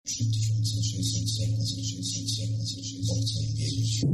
3600 sekund obcej wiedzieć.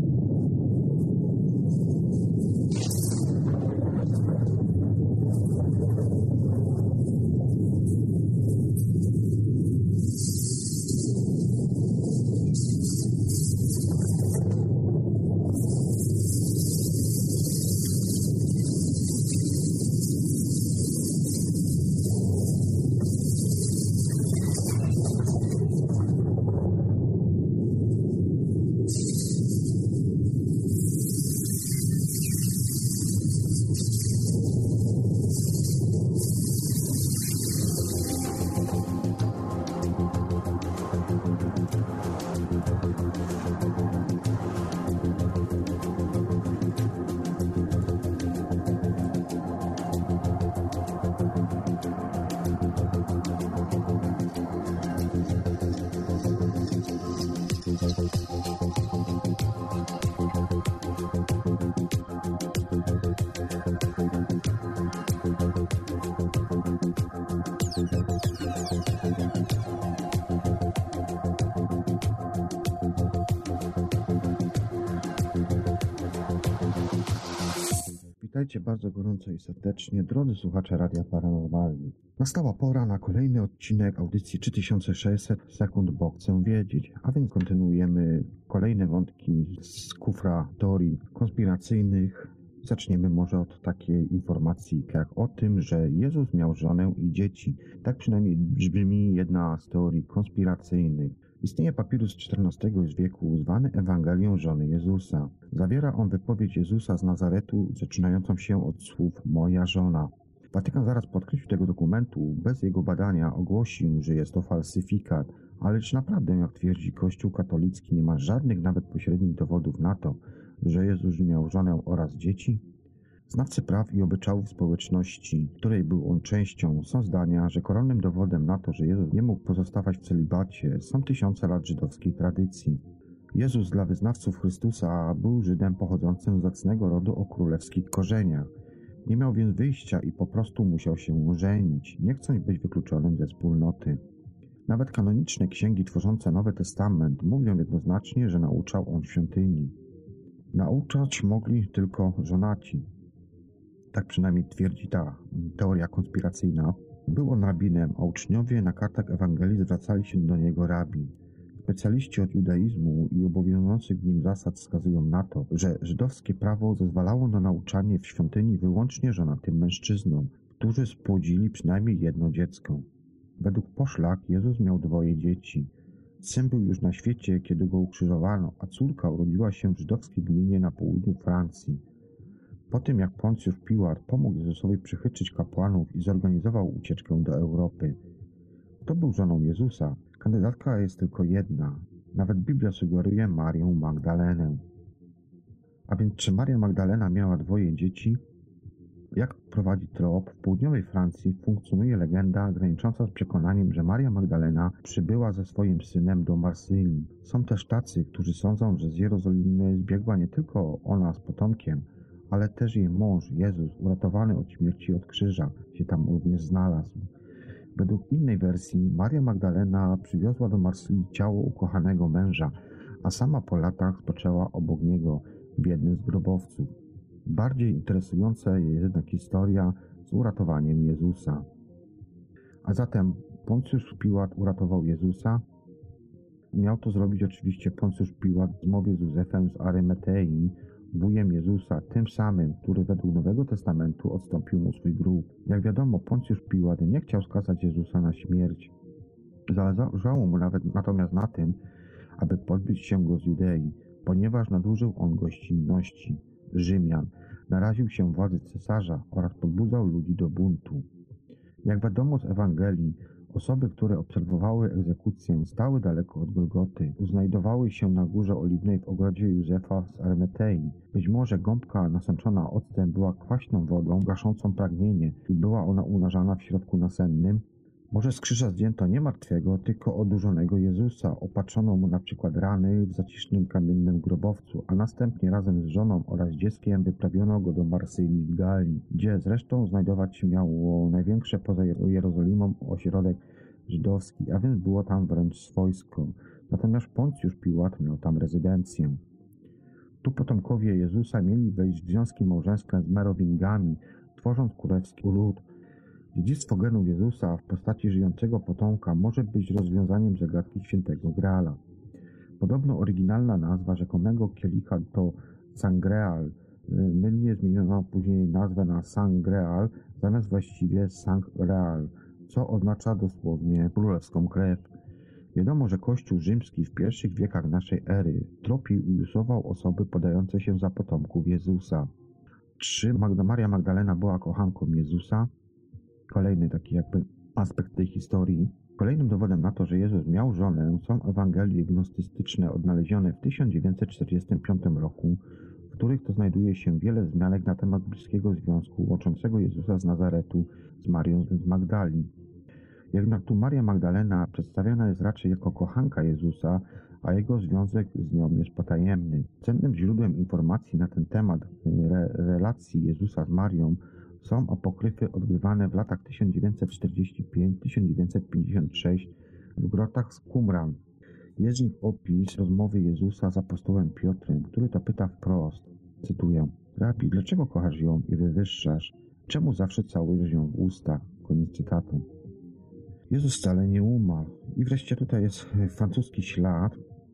Witajcie bardzo gorąco i serdecznie, drodzy słuchacze Radia Paranormalni. Nastała pora na kolejny odcinek audycji 3600 sekund, bo chcę wiedzieć, a więc kontynuujemy kolejne wątki z kufra teorii konspiracyjnych. Zaczniemy może od takiej informacji jak o tym, że Jezus miał żonę i dzieci. Tak przynajmniej brzmi jedna z teorii konspiracyjnych. Istnieje papirus XIV wieku zwany Ewangelią żony Jezusa. Zawiera on wypowiedź Jezusa z Nazaretu zaczynającą się od słów „moja żona”. Watykan zaraz po odkryciu tego dokumentu bez jego badania ogłosił, że jest to falsyfikat. Ale czy naprawdę, jak twierdzi Kościół katolicki, nie ma żadnych nawet pośrednich dowodów na to, że Jezus miał żonę oraz dzieci? Znawcy praw i obyczajów społeczności, której był on częścią, są zdania, że koronnym dowodem na to, że Jezus nie mógł pozostawać w celibacie, są tysiące lat żydowskiej tradycji. Jezus dla wyznawców Chrystusa był Żydem pochodzącym z zacnego rodu o królewskich korzeniach. Nie miał więc wyjścia i po prostu musiał się żenić, nie chcąc być wykluczonym ze wspólnoty. Nawet kanoniczne księgi tworzące Nowy Testament mówią jednoznacznie, że nauczał on w świątyni. Nauczać mogli tylko żonaci. Tak przynajmniej twierdzi ta teoria konspiracyjna. Był on rabinem, a uczniowie na kartach Ewangelii zwracali się do niego rabi. Specjaliści od judaizmu i obowiązujących w nim zasad wskazują na to, że żydowskie prawo zezwalało na nauczanie w świątyni wyłącznie żonatym mężczyznom, którzy spłodzili przynajmniej jedno dziecko. Według poszlak Jezus miał 2 dzieci. Syn był już na świecie, kiedy go ukrzyżowano, a córka urodziła się w żydowskiej gminie na południu Francji. Po tym jak Poncjusz Piłat pomógł Jezusowi przechytrzyć kapłanów i zorganizował ucieczkę do Europy. Kto był żoną Jezusa? Kandydatka jest tylko jedna. Nawet Biblia sugeruje Marię Magdalenę. A więc czy Maria Magdalena miała 2 dzieci? Jak prowadzi trop, w południowej Francji funkcjonuje legenda granicząca z przekonaniem, że Maria Magdalena przybyła ze swoim synem do Marsylii. Są też tacy, którzy sądzą, że z Jerozolimy zbiegła nie tylko ona z potomkiem, ale też jej mąż, Jezus, uratowany od śmierci od krzyża, się tam również znalazł. Według innej wersji Maria Magdalena przywiozła do Marsylii ciało ukochanego męża, a sama po latach spoczęła obok niego w jednym z grobowców. Bardziej interesująca jest jednak historia z uratowaniem Jezusa. A zatem Poncjusz Piłat uratował Jezusa? Miał to zrobić oczywiście Poncjusz Piłat w zmowie z Józefem z Arymatei, wujem Jezusa, tym samym, który według Nowego Testamentu odstąpił mu swój grób. Jak wiadomo, Poncjusz Piłat nie chciał skazać Jezusa na śmierć. Zależało mu natomiast na tym, aby pozbyć się go z Judei, ponieważ nadużył on gościnności Rzymian, naraził się władzy cesarza oraz podbudzał ludzi do buntu. Jak wiadomo z Ewangelii, osoby, które obserwowały egzekucję, stały daleko od Golgoty, znajdowały się na Górze Oliwnej w ogrodzie Józefa z Arymatei. Być może gąbka nasączona octem była kwaśną wodą gaszącą pragnienie i była ona unarzana w środku nasennym. Może z krzyża zdjęto nie martwego, tylko odurzonego Jezusa, opatrzono mu na przykład rany w zacisznym kamiennym grobowcu, a następnie razem z żoną oraz dzieckiem wyprawiono go do Marsylii w Galii, gdzie zresztą znajdować się miało największe poza Jerozolimą ośrodek żydowski, a więc było tam wręcz swojsko. Natomiast Poncjusz Piłat miał tam rezydencję. Tu potomkowie Jezusa mieli wejść w związki małżeńskie z Merowingami, tworząc królewski lud. Dziedzictwo genów Jezusa w postaci żyjącego potomka może być rozwiązaniem zagadki świętego Graala. Podobno oryginalna nazwa rzekomego kielicha to Sangreal. Mylnie zmieniono później nazwę na Sangreal zamiast właściwie Sangreal, co oznacza dosłownie królewską krew. Wiadomo, że Kościół rzymski w pierwszych wiekach naszej ery tropił i usuwał osoby podające się za potomków Jezusa. 3. Maria Magdalena była kochanką Jezusa. Kolejny taki jakby aspekt tej historii. Kolejnym dowodem na to, że Jezus miał żonę, są Ewangelie gnostyczne odnalezione w 1945 roku, w których to znajduje się wiele wzmianek na temat bliskiego związku łączącego Jezusa z Nazaretu z Marią z Magdali. Jednak tu Maria Magdalena przedstawiana jest raczej jako kochanka Jezusa, a jego związek z nią jest potajemny. Cennym źródłem informacji na ten temat relacji Jezusa z Marią są apokryfy odgrywane w latach 1945-1956 w grotach z Qumran. Jest w nich opis rozmowy Jezusa z apostołem Piotrem, który to pyta wprost, cytuję: Rabi, dlaczego kochasz ją i wywyższasz? Czemu zawsze całujesz ją w usta? Koniec cytatu. Jezus wcale nie umarł. I wreszcie tutaj jest francuski ślad.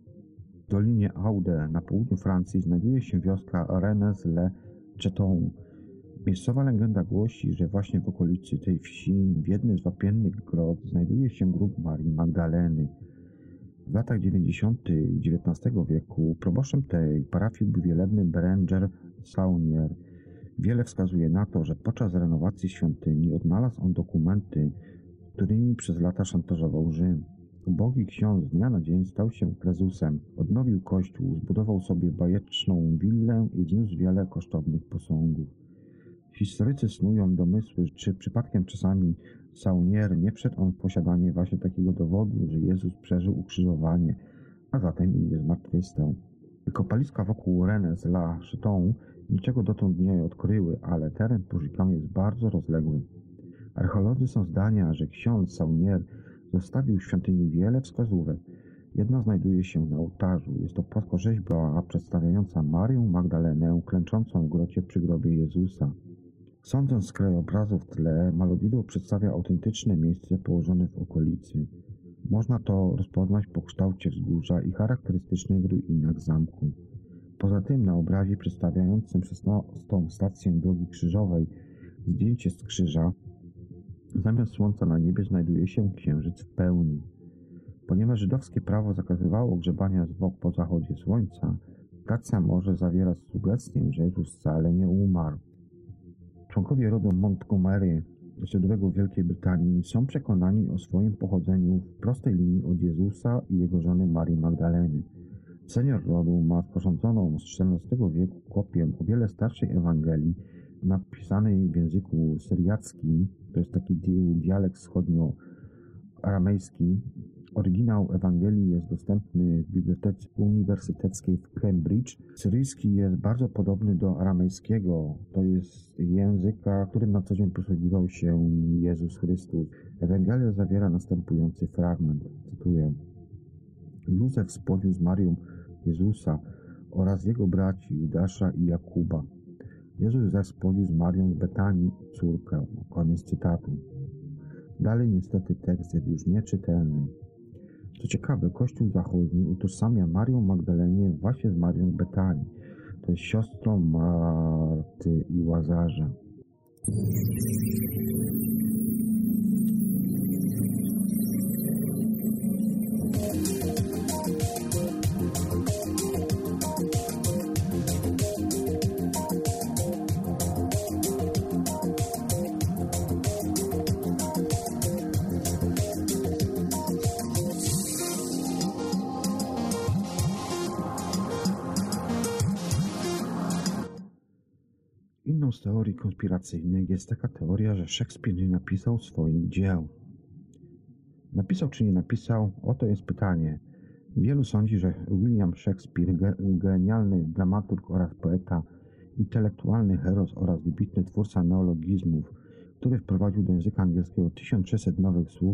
W dolinie Aude na południu Francji znajduje się wioska Rennes-le-Cheton. Miejscowa legenda głosi, że właśnie w okolicy tej wsi, w jednym z wapiennych grot, znajduje się grób Marii Magdaleny. W latach 90. XIX wieku proboszczem tej parafii był wielebny Berenger Saunier. Wiele wskazuje na to, że podczas renowacji świątyni odnalazł on dokumenty, którymi przez lata szantażował Rzym. Ubogi ksiądz z dnia na dzień stał się Krezusem, odnowił kościół, zbudował sobie bajeczną willę i zniósł wiele kosztownych posągów. Historycy snują domysły, czy przypadkiem czasami Saunier nie wszedł on w posiadanie właśnie takiego dowodu, że Jezus przeżył ukrzyżowanie, a zatem i nie zmartwychwstał. Kopaliska wokół Rennes-la-Cheton niczego dotąd nie odkryły, ale teren poszukiwany jest bardzo rozległy. Archeolodzy są zdania, że ksiądz Saunier zostawił w świątyni wiele wskazówek. Jedna znajduje się na ołtarzu. Jest to płaskorzeźba przedstawiająca Marię Magdalenę klęczącą w grocie przy grobie Jezusa. Sądząc z krajobrazu w tle, malowidło przedstawia autentyczne miejsce położone w okolicy. Można to rozpoznać po kształcie wzgórza i charakterystycznych ruinach zamku. Poza tym na obrazie przedstawiającym 16. stację drogi krzyżowej zdjęcie z krzyża, zamiast słońca na niebie znajduje się księżyc w pełni. Ponieważ żydowskie prawo zakazywało grzebania zwłok po zachodzie słońca, stacja może zawierać sugestię, że Jezus wcale nie umarł. Członkowie rodu Montgomery, Żydowego w Wielkiej Brytanii, są przekonani o swoim pochodzeniu w prostej linii od Jezusa i jego żony Marii Magdaleny. Senior rodu ma sporządzoną z XIV wieku kopię o wiele starszej Ewangelii, napisanej w języku syriackim, to jest taki dialekt wschodnio-aramejski. Oryginał Ewangelii jest dostępny w Bibliotece Uniwersyteckiej w Cambridge. Syryjski jest bardzo podobny do aramejskiego. To jest języka, którym na co dzień posługiwał się Jezus Chrystus. Ewangelia zawiera następujący fragment. Cytuję: Józef spowił z Marią Jezusa oraz jego braci Judasza i Jakuba. Jezus zaś spowił z Marią z Betanii córkę. Koniec cytatu. Dalej niestety tekst jest już nieczytelny. Co ciekawe, Kościół Zachodni utożsamia Marię Magdalenię właśnie z Marią z Betanii. To jest siostrą Marty i Łazarza. Inną z teorii konspiracyjnych jest taka teoria, że Szekspir nie napisał swoich dzieł. Napisał czy nie napisał? Oto jest pytanie. Wielu sądzi, że William Shakespeare, genialny dramaturg oraz poeta, intelektualny heros oraz wybitny twórca neologizmów, który wprowadził do języka angielskiego 1600 nowych słów,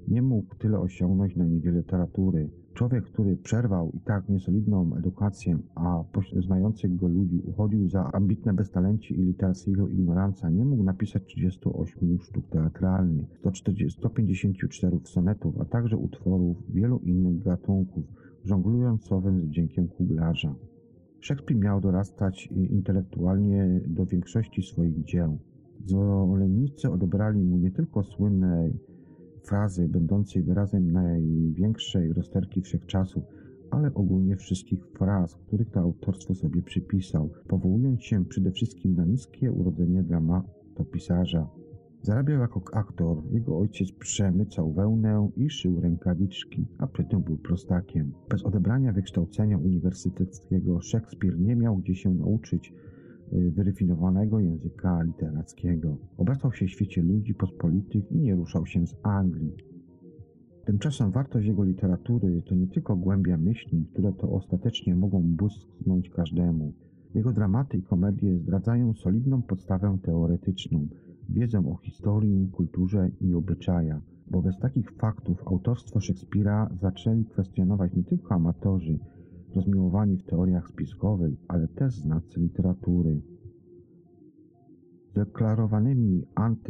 Nie mógł tyle osiągnąć na niwie literatury. Człowiek, który przerwał i tak niesolidną edukację, a znających go ludzi uchodził za ambitne beztalencie i literackiego ignoranca, nie mógł napisać 38 sztuk teatralnych, 154 sonetów, a także utworów wielu innych gatunków, żonglując słowem z wdziękiem kuglarza. Szekspir miał dorastać intelektualnie do większości swoich dzieł. Zwolennicy odebrali mu nie tylko słynne frazy będącej wyrazem największej rozterki wszechczasów, ale ogólnie wszystkich fraz, których to autorstwo sobie przypisał, powołując się przede wszystkim na niskie urodzenie dramatopisarza. Zarabiał jako aktor, jego ojciec przemycał wełnę i szył rękawiczki, a przy tym był prostakiem. Bez odebrania wykształcenia uniwersyteckiego Szekspir nie miał gdzie się nauczyć wyrafinowanego języka literackiego. Obracał się w świecie ludzi pospolitych i nie ruszał się z Anglii. Tymczasem wartość jego literatury to nie tylko głębia myśli, które to ostatecznie mogą błysnąć każdemu. Jego dramaty i komedie zdradzają solidną podstawę teoretyczną, wiedzę o historii, kulturze i obyczajach. Bo bez takich faktów autorstwo Szekspira zaczęli kwestionować nie tylko amatorzy, rozmiłowani w teoriach spiskowych, ale też znawcy literatury. Deklarowanymi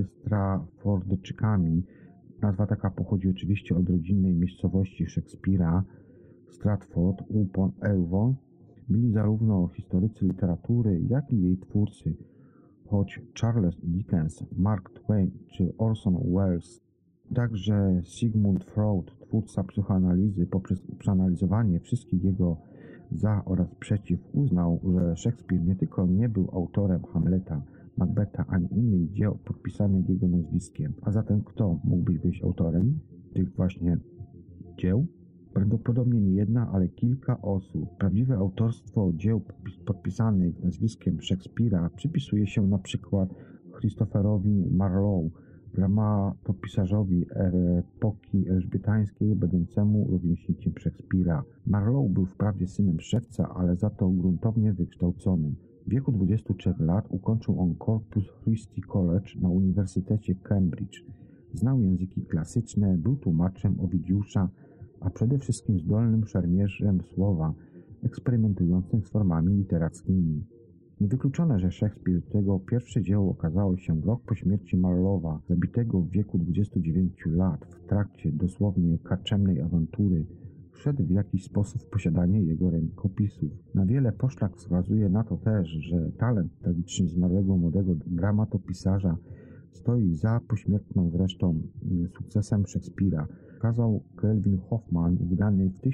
antystrafordczykami, nazwa taka pochodzi oczywiście od rodzinnej miejscowości Szekspira, Stratford upon Avon, byli zarówno historycy literatury, jak i jej twórcy, choć Charles Dickens, Mark Twain czy Orson Welles, także Sigmund Freud, twórca psychoanalizy, poprzez przeanalizowanie wszystkich jego za oraz przeciw, uznał, że Szekspir nie tylko nie był autorem Hamleta, Macbetha ani innych dzieł podpisanych jego nazwiskiem. A zatem kto mógłby być autorem tych właśnie dzieł? Prawdopodobnie nie jedna, ale kilka osób. Prawdziwe autorstwo dzieł podpisanych nazwiskiem Szekspira przypisuje się na przykład Christopherowi Marlowe, dramatopisarzowi epoki elżbietańskiej, będącemu rówieśnikiem Szekspira. Marlowe był wprawdzie synem szewca, ale za to gruntownie wykształconym. W wieku 23 lat ukończył on Corpus Christi College na Uniwersytecie Cambridge. Znał języki klasyczne, był tłumaczem Owidiusza, a przede wszystkim zdolnym szermierzem słowa, eksperymentującym z formami literackimi. Niewykluczone, że Szekspir, którego pierwsze dzieło okazało się rok po śmierci Marlowa, zabitego w wieku 29 lat w trakcie dosłownie karczemnej awantury, wszedł w jakiś sposób w posiadanie jego rękopisów. Na wiele poszlak wskazuje na to też, że talent tragicznie zmarłego młodego dramatopisarza stoi za pośmiertną zresztą sukcesem Szekspira. Kazał Kelvin Hoffman w wydanej w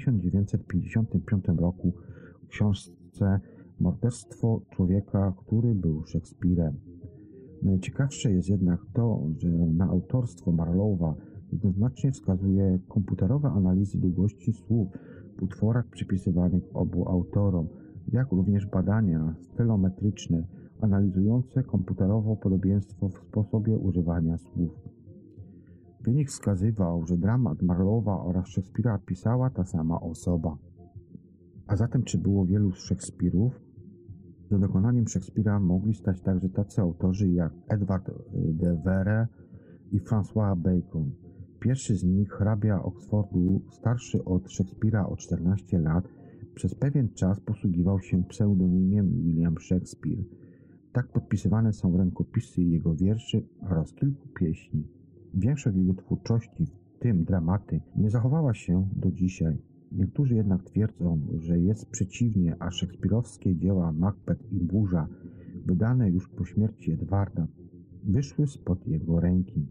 1955 roku książce Morderstwo człowieka, który był Szekspirem. Najciekawsze jest jednak to, że na autorstwo Marlowa jednoznacznie wskazuje komputerowe analizy długości słów w utworach przypisywanych obu autorom, jak również badania stylometryczne analizujące komputerowo podobieństwo w sposobie używania słów. Wynik wskazywał, że dramat Marlowa oraz Szekspira pisała ta sama osoba. A zatem czy było wielu Szekspirów? Za dokonaniem Szekspira mogli stać także tacy autorzy jak Edward de Vere i François Bacon. Pierwszy z nich, hrabia Oxfordu, starszy od Szekspira o 14 lat, przez pewien czas posługiwał się pseudonimem William Shakespeare. Tak podpisywane są rękopisy jego wierszy oraz kilku pieśni. Większość jego twórczości, w tym dramaty, nie zachowała się do dzisiaj. Niektórzy jednak twierdzą, że jest przeciwnie, a szekspirowskie dzieła Macbeth i Burza, wydane już po śmierci Edwarda, wyszły spod jego ręki.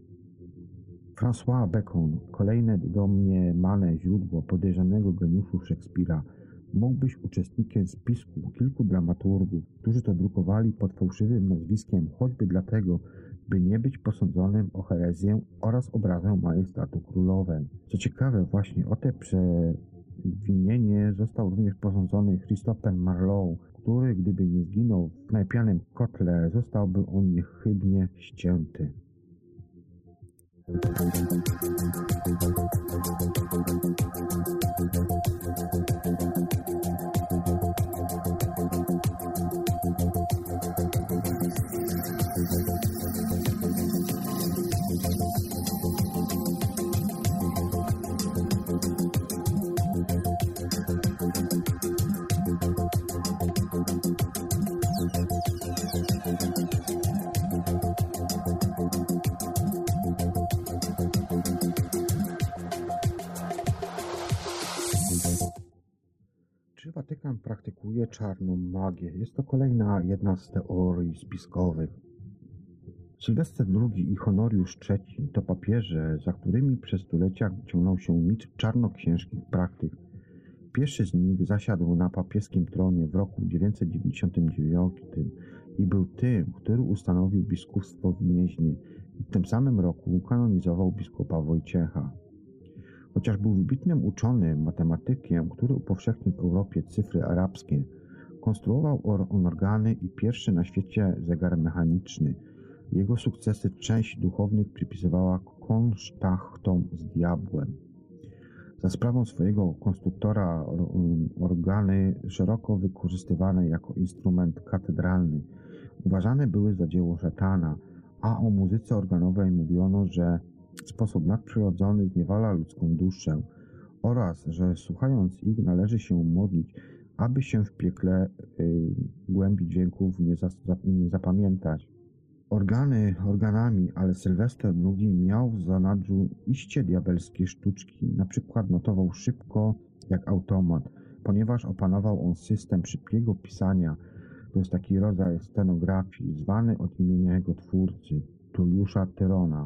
François Bacon, kolejne domniemane źródło podejrzanego geniuszu Szekspira, mógł być uczestnikiem spisku kilku dramaturgów, którzy to drukowali pod fałszywym nazwiskiem choćby dlatego, by nie być posądzonym o herezję oraz obrazę majestatu królowej. Co ciekawe, właśnie o te przewinienie został również posądzony Christopher Marlowe, który, gdyby nie zginął w knajpianym kotle, zostałby on niechybnie ścięty. Czy Watykan praktykuje czarną magię? Jest to kolejna jedna z teorii spiskowych. Sylwester II i Honoriusz III to papieże, za którymi przez stulecia ciągnął się mit czarnoksiężskich praktyk. Pierwszy z nich zasiadł na papieskim tronie w roku 999 i był tym, który ustanowił biskupstwo w Gnieźnie i w tym samym roku kanonizował biskupa Wojciecha. Chociaż był wybitnym uczonym, matematykiem, który upowszechnił w Europie cyfry arabskie, konstruował organy i pierwszy na świecie zegar mechaniczny. Jego sukcesy część duchownych przypisywała konsztachtom z diabłem. Za sprawą swojego konstruktora organy szeroko wykorzystywane jako instrument katedralny uważane były za dzieło szatana, a o muzyce organowej mówiono, że w sposób nadprzyrodzony zniewala ludzką duszę oraz, że słuchając ich należy się modlić, aby się w piekle głębi dźwięków nie zapamiętać. Organami, ale Sylwester II miał w zanadrzu iście diabelskie sztuczki. Na przykład notował szybko jak automat, ponieważ opanował on system szybkiego pisania. To jest taki rodzaj stenografii, zwany od imienia jego twórcy, Tulliusza Tyrona,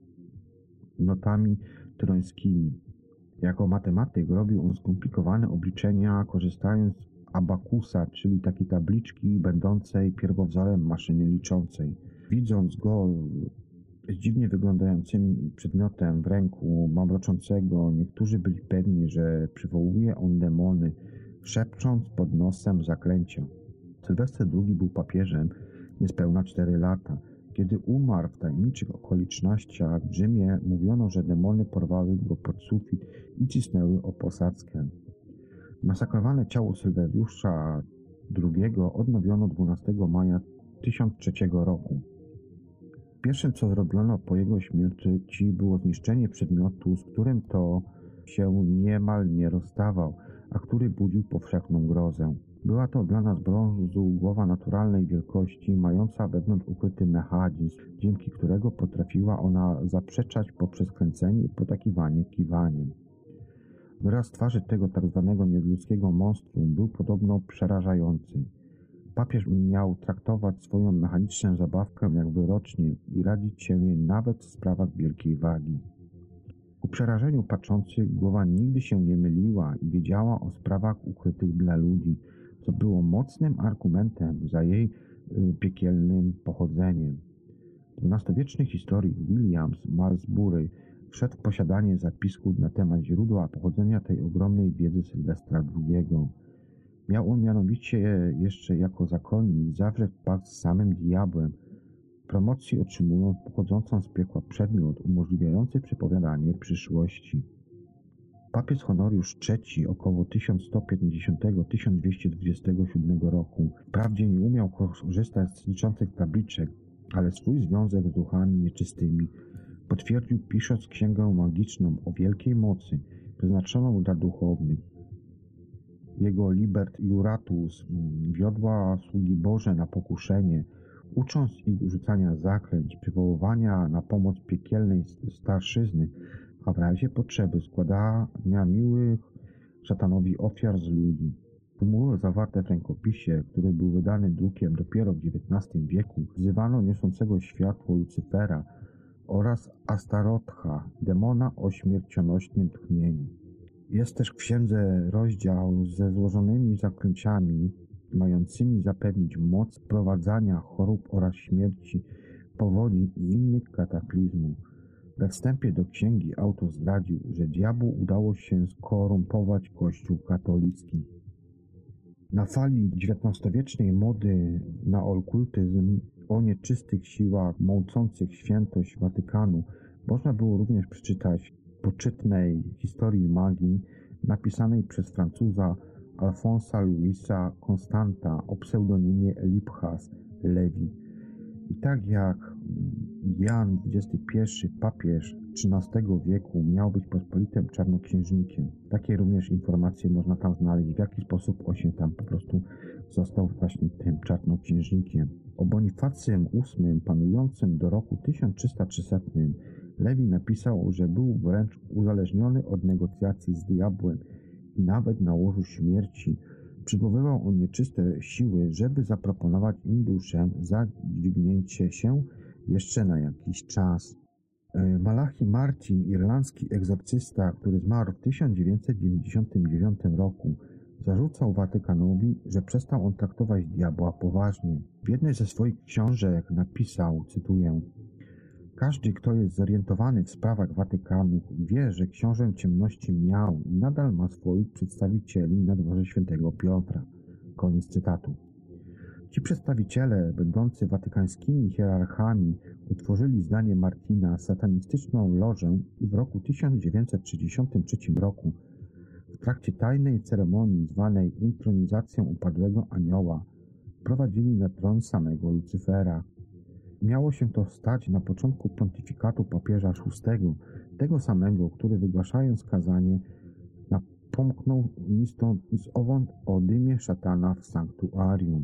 notami tyrońskimi. Jako matematyk robił on skomplikowane obliczenia, korzystając z abakusa, czyli takiej tabliczki będącej pierwowzorem maszyny liczącej. Widząc go z dziwnie wyglądającym przedmiotem w ręku, mamroczącego, niektórzy byli pewni, że przywołuje on demony, szepcząc pod nosem zaklęcia. Sylwester II był papieżem niespełna 4 lata. Kiedy umarł w tajemniczych okolicznościach w Rzymie, mówiono, że demony porwały go pod sufit i cisnęły o posadzkę. Masakrowane ciało Sylwestra II odnowiono 12 maja 1003 roku. Pierwszym, co zrobiono po jego śmierci, było zniszczenie przedmiotu, z którym to się niemal nie rozstawał, a który budził powszechną grozę. Była to dla nas brązu głowa naturalnej wielkości, mająca wewnątrz ukryty mechanizm, dzięki którego potrafiła ona zaprzeczać poprzez kręcenie i potakiwanie kiwaniem. Wyraz twarzy tego tzw. nieludzkiego monstrum był podobno przerażający. Papież miał traktować swoją mechaniczną zabawkę jak wyrocznie i radzić się jej nawet w sprawach wielkiej wagi. Ku przerażeniu patrzących głowa nigdy się nie myliła i wiedziała o sprawach ukrytych dla ludzi, co było mocnym argumentem za jej piekielnym pochodzeniem. XII-wieczny historyk William Malmesbury wszedł w posiadanie zapisków na temat źródła pochodzenia tej ogromnej wiedzy Sylwestra II. Miał on mianowicie jeszcze jako zakonnik zawrzeć pakt z samym diabłem, promocji otrzymując pochodzącą z piekła przedmiot umożliwiający przepowiadanie przyszłości. Papież Honoriusz III około 1150-1227 roku wprawdzie nie umiał korzystać z liczących tabliczek, ale swój związek z duchami nieczystymi potwierdził pisząc księgę magiczną o wielkiej mocy przeznaczoną dla duchownych. Jego Liber Iuratus wiodła sługi Boże na pokuszenie, ucząc ich rzucania zaklęć, przywoływania na pomoc piekielnej starszyzny, a w razie potrzeby składania miłych szatanowi ofiar z ludzi. Formuły zawarte w rękopisie, który był wydany drukiem dopiero w XIX wieku, wzywano niosącego światło Lucyfera oraz Astarotha, demona o śmiercionośnym tchnieniu. Jest też w księdze rozdział ze złożonymi zaklęciami, mającymi zapewnić moc sprowadzania chorób oraz śmierci, powodzi i innych kataklizmów. We wstępie do księgi autor zdradził, że diabłu udało się skorumpować Kościół katolicki. Na fali XIX-wiecznej mody na okultyzm o nieczystych siłach mącących świętość Watykanu można było również przeczytać w poczytnej historii magii napisanej przez Francuza Alfonsa Louisa Constanta o pseudonimie Eliphas Levi. I tak jak Jan XXI, papież XIII wieku, miał być pospolitym czarnoksiężnikiem. Takie również informacje można tam znaleźć, w jaki sposób on się tam po prostu został właśnie tym czarnoksiężnikiem. O Bonifacym VIII, panującym do roku 1300, Lewi napisał, że był wręcz uzależniony od negocjacji z diabłem i nawet na łożu śmierci przygotowywał on nieczyste siły, żeby zaproponować im duszę za dźwignięcie się jeszcze na jakiś czas. Malachi Martin, irlandzki egzorcysta, który zmarł w 1999 roku, zarzucał Watykanowi, że przestał on traktować diabła poważnie. W jednej ze swoich książek napisał, cytuję: każdy, kto jest zorientowany w sprawach Watykanu, wie, że książę ciemności miał i nadal ma swoich przedstawicieli na dworze świętego Piotra. Koniec cytatu. Ci przedstawiciele, będący watykańskimi hierarchami, utworzyli zdanie Martina satanistyczną lożę i w roku 1933 roku w trakcie tajnej ceremonii zwanej intronizacją upadłego anioła wprowadzili na tron samego Lucyfera. Miało się to stać na początku pontyfikatu papieża VI, tego samego, który wygłaszając kazanie napomknął listą z owąd o dymie szatana w sanktuarium.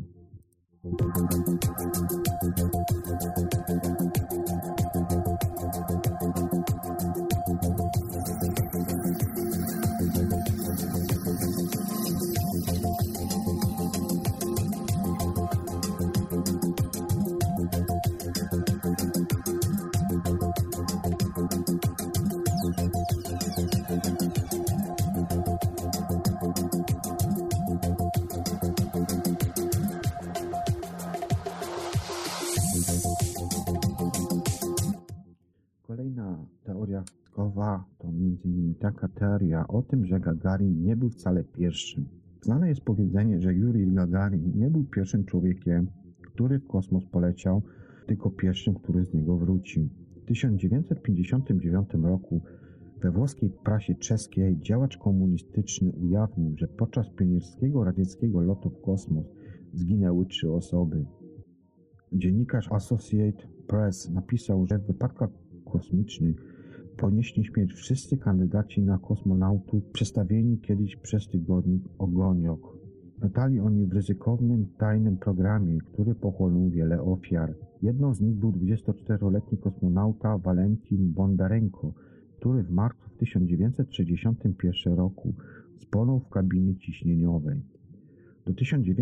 Kolejna teoria spiskowa to m.in. taka teoria o tym, że Gagarin nie był wcale pierwszym. Znane jest powiedzenie, że Jurij Gagarin nie był pierwszym człowiekiem, który w kosmos poleciał, tylko pierwszym, który z niego wrócił. W 1959 roku we włoskiej prasie czeskiej działacz komunistyczny ujawnił, że podczas pionierskiego radzieckiego lotu w kosmos zginęły 3 osoby. Dziennikarz Associated Press napisał, że w wypadkach kosmicznych ponieśli śmierć wszyscy kandydaci na kosmonautów przestawieni kiedyś przez tygodnik Ogoniok. Latali oni w ryzykownym, tajnym programie, który pochłonął wiele ofiar. Jedną z nich był 24-letni kosmonauta Walentin Bondarenko, który w marcu 1961 roku spłonął w kabinie ciśnieniowej. Do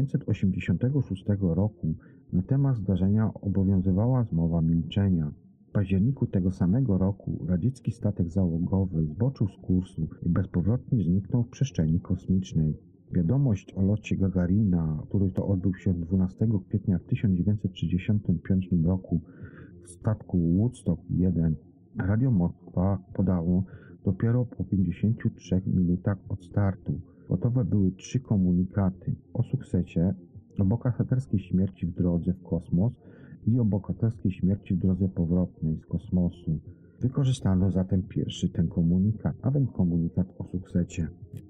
1986 roku na temat zdarzenia obowiązywała zmowa milczenia. W październiku tego samego roku radziecki statek załogowy zboczył z kursu i bezpowrotnie zniknął w przestrzeni kosmicznej. Wiadomość o locie Gagarina, który to odbył się 12 kwietnia w 1965 roku w statku Woodstock 1, Radio Moskwa podało dopiero po 53 minutach od startu. Gotowe były 3 komunikaty o sukcesie, o bohaterskiej śmierci w drodze w kosmos i o bohaterskiej śmierci w drodze powrotnej z kosmosu. Wykorzystano zatem pierwszy ten komunikat, a więc komunikat o sukcesie.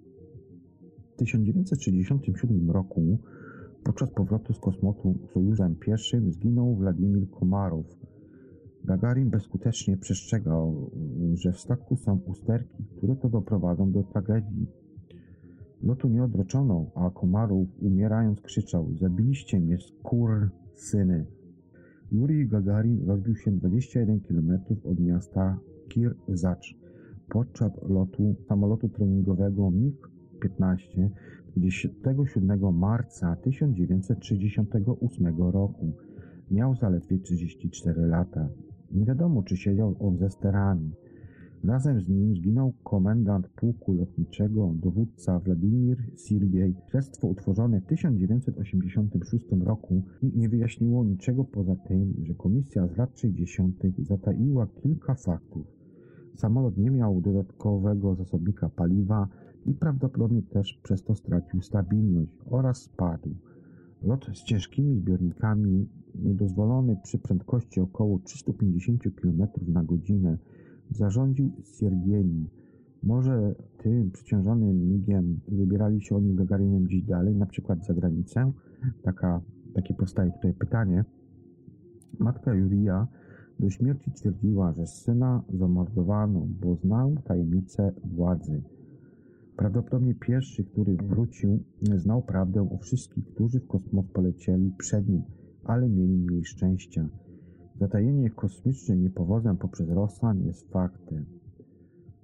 W 1967 roku podczas powrotu z kosmosu Sojuszem I zginął Władimir Komarow. Gagarin bezskutecznie przestrzegał, że w statku są usterki, które to doprowadzą do tragedii. Lotu nie odroczono, a Komarow umierając krzyczał: zabiliście mnie, skurwysyny. Jurij Gagarin rozbił się 21 km od miasta Kirzacz podczas lotu samolotu treningowego MiG-15 27 marca 1968 roku. Miał zaledwie 34 lata. Nie wiadomo, czy siedział on ze sterami. Razem z nim zginął komendant pułku lotniczego, dowódca Władimir Sirgiej. Śledztwo utworzone w 1986 roku nie wyjaśniło niczego poza tym, że komisja z lat 60. zataiła kilka faktów. Samolot nie miał dodatkowego zasobnika paliwa i prawdopodobnie też przez to stracił stabilność oraz spadł. Lot z ciężkimi zbiornikami, dozwolony przy prędkości około 350 km na godzinę, zarządził Siergieni. Może tym przeciążonym migiem wybierali się oni z Gagarinem gdzieś dalej, na przykład za granicę? Takie powstaje tutaj pytanie. Matka Jurija do śmierci twierdziła, że syna zamordowano, bo znał tajemnicę władzy. Prawdopodobnie pierwszy, który wrócił, znał prawdę o wszystkich, którzy w kosmos polecieli przed nim, ale mieli mniej szczęścia. Zatajenie kosmicznym niepowodem poprzez Rosjan jest faktem.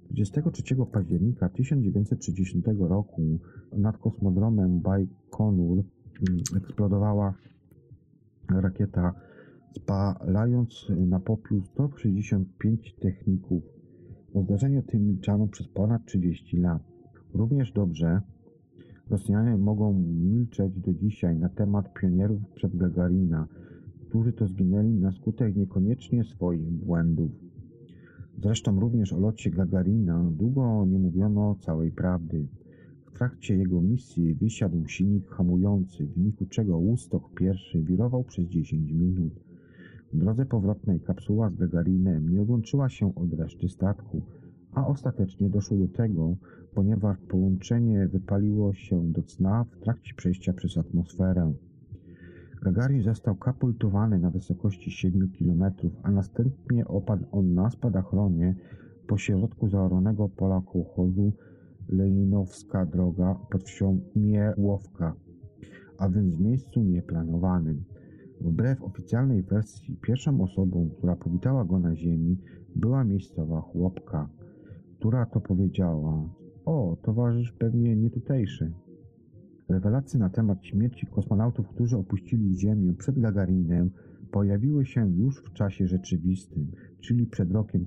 23 października 1930 roku nad kosmodromem Bajkonur eksplodowała rakieta, spalając na popiół 165 techników. O zdarzeniu tym milczano przez ponad 30 lat. Równie dobrze Rosjanie mogą milczeć do dzisiaj na temat pionierów przed Gagarina, którzy to zginęli na skutek niekoniecznie swoich błędów. Zresztą również o locie Gagarina długo nie mówiono całej prawdy. W trakcie jego misji wysiadł silnik hamujący, w wyniku czego Łustok I wirował przez 10 minut. W drodze powrotnej kapsuła z Gagarinem nie odłączyła się od reszty statku, a ostatecznie doszło do tego, ponieważ połączenie wypaliło się do cna w trakcie przejścia przez atmosferę. Gagarin został katapultowany na wysokości 7 km, a następnie opadł on na spadochronie pośrodku zaorzonego pola kołchozu Leninowska Droga pod wsią Miejłowka, a więc w miejscu nieplanowanym. Wbrew oficjalnej wersji, pierwszą osobą, która powitała go na ziemi, była miejscowa chłopka, która to powiedziała: „O, towarzysz pewnie nie tutejszy”. Rewelacje na temat śmierci kosmonautów, którzy opuścili Ziemię przed Gagarinem, pojawiły się już w czasie rzeczywistym, czyli przed rokiem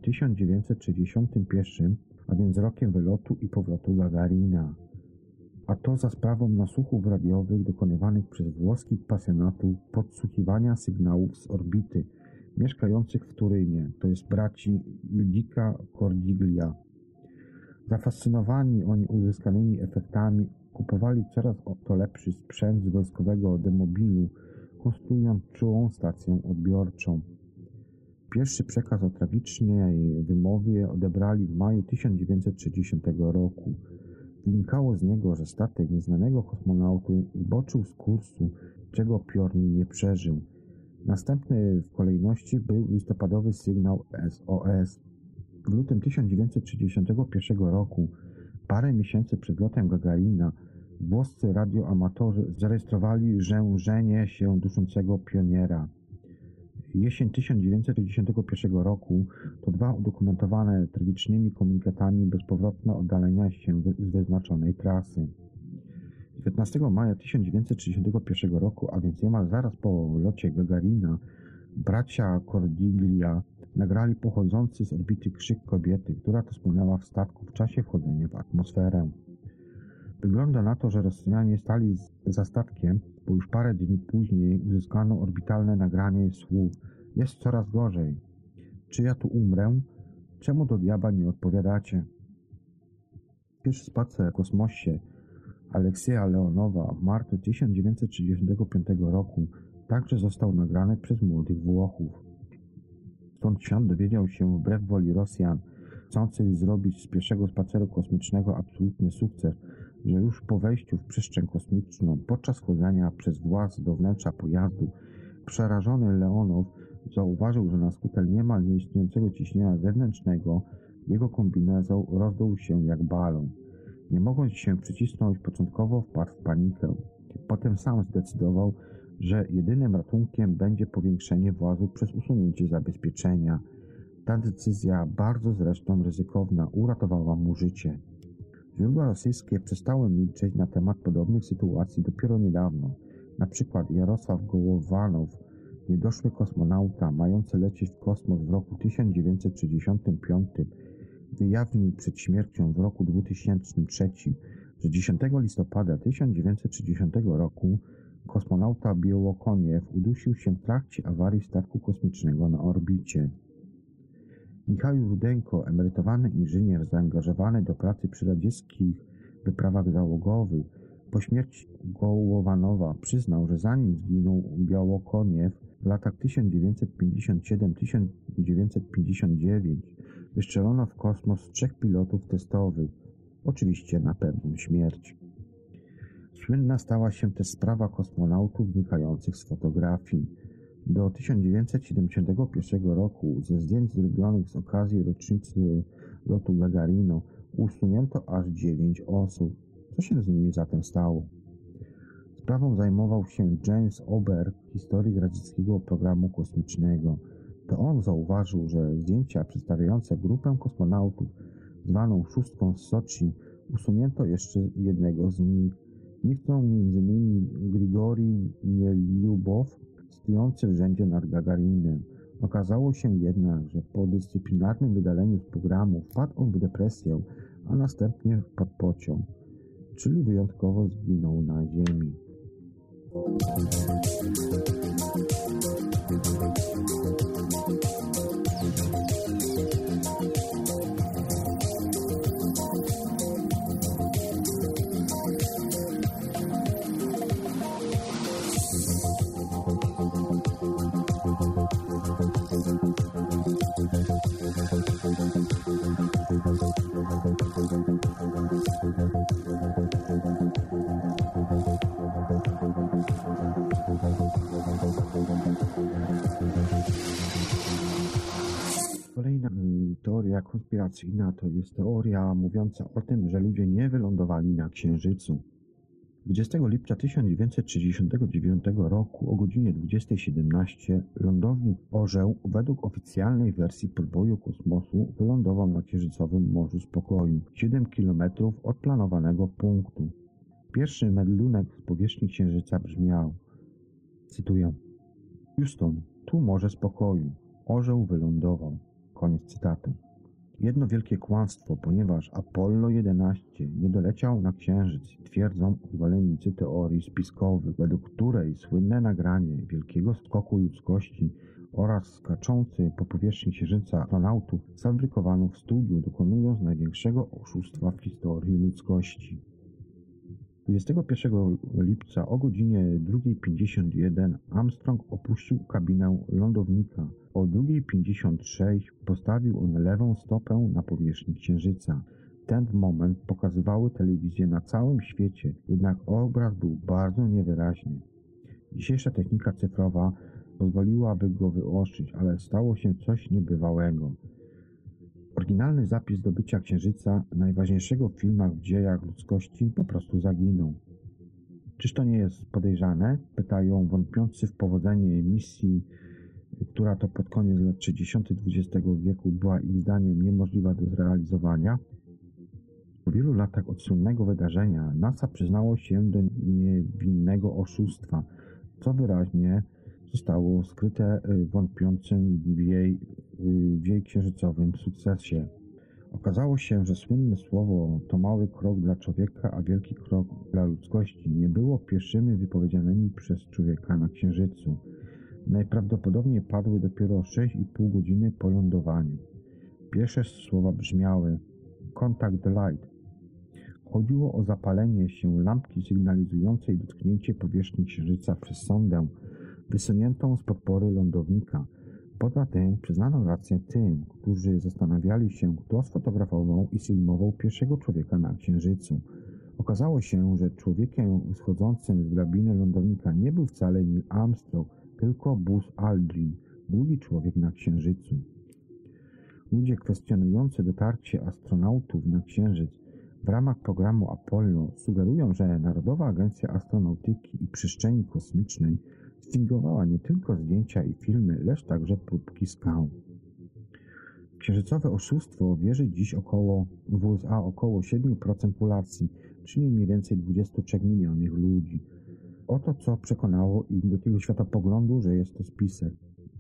1961, a więc rokiem wylotu i powrotu Gagarina. A to za sprawą nasłuchów radiowych dokonywanych przez włoskich pasjonatów podsłuchiwania sygnałów z orbity, mieszkających w Turynie, to jest braci Ludica Cordiglia. Zafascynowani oni uzyskanymi efektami, kupowali coraz to lepszy sprzęt z wojskowego demobilu, konstruując czułą stację odbiorczą. Pierwszy przekaz o tragicznej wymowie odebrali w maju 1960 roku. Wynikało z niego, że statek nieznanego kosmonauty zboczył z kursu, czego Piorni nie przeżył. Następny w kolejności był listopadowy sygnał SOS. W lutym 1961 roku, parę miesięcy przed lotem Gagarina, włoscy radioamatorzy zarejestrowali rzężenie się duszącego pioniera. Jesień 1961 roku to dwa udokumentowane tragicznymi komunikatami bezpowrotne oddalenia się z wyznaczonej trasy. 19 maja 1961 roku, a więc niemal zaraz po locie Gagarina, bracia Cordiglia nagrali pochodzący z orbity krzyk kobiety, która to spłynęła w statku w czasie wchodzenia w atmosferę. Wygląda na to, że Rosjanie stali za statkiem, bo już parę dni później uzyskano orbitalne nagranie słów: „Jest coraz gorzej. Czy ja tu umrę? Czemu do diabła nie odpowiadacie?” Pierwszy spacer w kosmosie Aleksieja Leonowa w marcu 1965 roku także został nagrany przez młodych Włochów. Stąd świat dowiedział się, wbrew woli Rosjan, chcących zrobić z pierwszego spaceru kosmicznego absolutny sukces, że już po wejściu w przestrzeń kosmiczną, podczas chodzenia przez właz do wnętrza pojazdu, przerażony Leonow zauważył, że na skutek niemal nieistniejącego ciśnienia zewnętrznego jego kombinezon rozdął się jak balon. Nie mogąc się przycisnąć, początkowo wpadł w panikę. Potem sam zdecydował, że jedynym ratunkiem będzie powiększenie włazu przez usunięcie zabezpieczenia. Ta decyzja, bardzo zresztą ryzykowna, uratowała mu życie. Źródła rosyjskie przestały milczeć na temat podobnych sytuacji dopiero niedawno. Na przykład Jarosław Gołowanow, niedoszły kosmonauta mający lecieć w kosmos w roku 1965, wyjawnił przed śmiercią w roku 2003, że 10 listopada 1960 roku kosmonauta Białokoniew udusił się w trakcie awarii statku kosmicznego na orbicie. Michał Rudenko, emerytowany inżynier zaangażowany do pracy przy radzieckich wyprawach załogowych, po śmierci Gołowanowa przyznał, że zanim zginął Białokoniew w latach 1957-1959 wystrzelono w kosmos 3 pilotów testowych, oczywiście na pewną śmierć. Słynna stała się też sprawa kosmonautów znikających z fotografii. Do 1971 roku ze zdjęć zrobionych z okazji rocznicy lotu Gagarino usunięto aż 9 osób. Co się z nimi zatem stało? Sprawą zajmował się James Oberg, historyk radzieckiego programu kosmicznego. To on zauważył, że zdjęcia przedstawiające grupę kosmonautów zwaną szóstką z Soczi, usunięto jeszcze jednego z nich. Nich są m.in. Grigorij Nielubow, stojący w rzędzie nad Gagarinem. Okazało się jednak, że po dyscyplinarnym wydaleniu z programu wpadł on w depresję, a następnie w podpociąg, czyli wyjątkowo zginął na ziemi. Kolejna teoria konspiracyjna to jest teoria mówiąca o tym, że ludzie nie wylądowali na Księżycu. 20 lipca 1969 roku o godzinie 20:17 lądownik Orzeł według oficjalnej wersji podboju kosmosu wylądował na Księżycowym Morzu Spokoju, 7 km od planowanego punktu. Pierwszy meldunek z powierzchni Księżyca brzmiał, cytuję: Houston, tu Morze Spokoju. Orzeł wylądował. Koniec cytatu. Jedno wielkie kłamstwo, ponieważ Apollo 11 nie doleciał na Księżyc, twierdzą zwolennicy teorii spiskowych, według której słynne nagranie wielkiego skoku ludzkości oraz skaczący po powierzchni Księżyca astronautów sfabrykowano w studiu, dokonując największego oszustwa w historii ludzkości. 21 lipca o godzinie 2:51 Armstrong opuścił kabinę lądownika. O 2:56 postawił on lewą stopę na powierzchni Księżyca. Ten moment pokazywały telewizje na całym świecie, jednak obraz był bardzo niewyraźny. Dzisiejsza technika cyfrowa pozwoliłaby go wyostrzyć, ale stało się coś niebywałego. Oryginalny zapis zdobycia Księżyca, najważniejszego w filmach w dziejach ludzkości, po prostu zaginął. Czyż to nie jest podejrzane? Pytają wątpiący w powodzenie misji, która to pod koniec lat 30. XX wieku była ich zdaniem niemożliwa do zrealizowania. Po wielu latach od słynnego wydarzenia NASA przyznało się do niewinnego oszustwa, co wyraźnie zostało skryte wątpiącym w jej księżycowym sukcesie. Okazało się, że słynne słowo to mały krok dla człowieka, a wielki krok dla ludzkości nie było pierwszymi wypowiedzianymi przez człowieka na Księżycu. Najprawdopodobniej padły dopiero 6,5 godziny po lądowaniu. Pierwsze słowa brzmiały Contact the light. Chodziło o zapalenie się lampki sygnalizującej dotknięcie powierzchni Księżyca przez sondę wysuniętą z podpory lądownika. Poza tym przyznano rację tym, którzy zastanawiali się, kto sfotografował i filmował pierwszego człowieka na Księżycu. Okazało się, że człowiekiem schodzącym z drabiny lądownika nie był wcale Neil Armstrong, tylko Buzz Aldrin, drugi człowiek na Księżycu. Ludzie kwestionujący dotarcie astronautów na Księżyc w ramach programu Apollo sugerują, że Narodowa Agencja Astronautyki i Przestrzeni Kosmicznej sfingowała nie tylko zdjęcia i filmy, lecz także próbki skał. Księżycowe oszustwo wierzy dziś w USA około 7% populacji, czyli mniej więcej 23 milionów ludzi. Oto co przekonało ich do tego światopoglądu, że jest to spisek.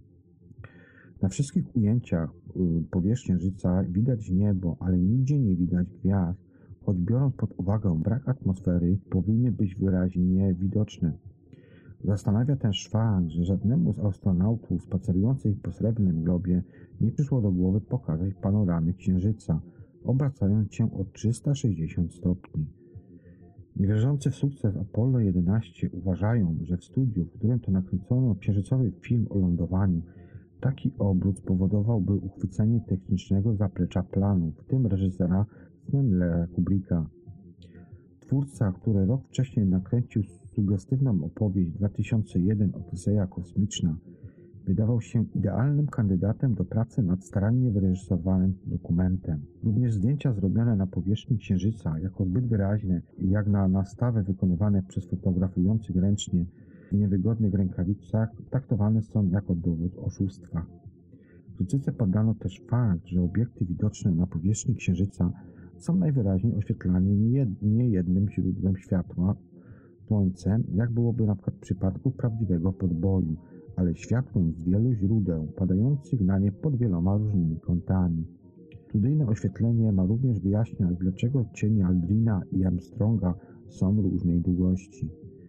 Na wszystkich ujęciach powierzchni Księżyca widać niebo, ale nigdzie nie widać gwiazd, choć biorąc pod uwagę brak atmosfery, powinny być wyraźnie widoczne. Zastanawia też fakt, że żadnemu z astronautów spacerujących po srebrnym globie nie przyszło do głowy pokazać panoramy Księżyca, obracając się o 360 stopni. Niewierzący w sukces Apollo 11 uważają, że w studiu, w którym to nakręcono księżycowy film o lądowaniu, taki obrót spowodowałby uchwycenie technicznego zaplecza planu, w tym reżysera Stanleya Kubricka. Twórca, który rok wcześniej nakręcił sugestywną opowieść 2001 Odyseja Kosmiczna, wydawał się idealnym kandydatem do pracy nad starannie wyreżyserowanym dokumentem. Również zdjęcia zrobione na powierzchni Księżyca jako zbyt wyraźne, jak na nastawę wykonywane przez fotografujących ręcznie w niewygodnych rękawicach, traktowane są jako dowód oszustwa. Krytyce poddano też fakt, że obiekty widoczne na powierzchni Księżyca są najwyraźniej oświetlane nie jednym źródłem światła, Słońcem, jak byłoby na przykład w przypadku prawdziwego podboju, ale światłem z wielu źródeł, padających na nie pod wieloma różnymi kątami. Studyjne oświetlenie ma również wyjaśniać, dlaczego cienie Aldrina i Armstronga są różnej długości.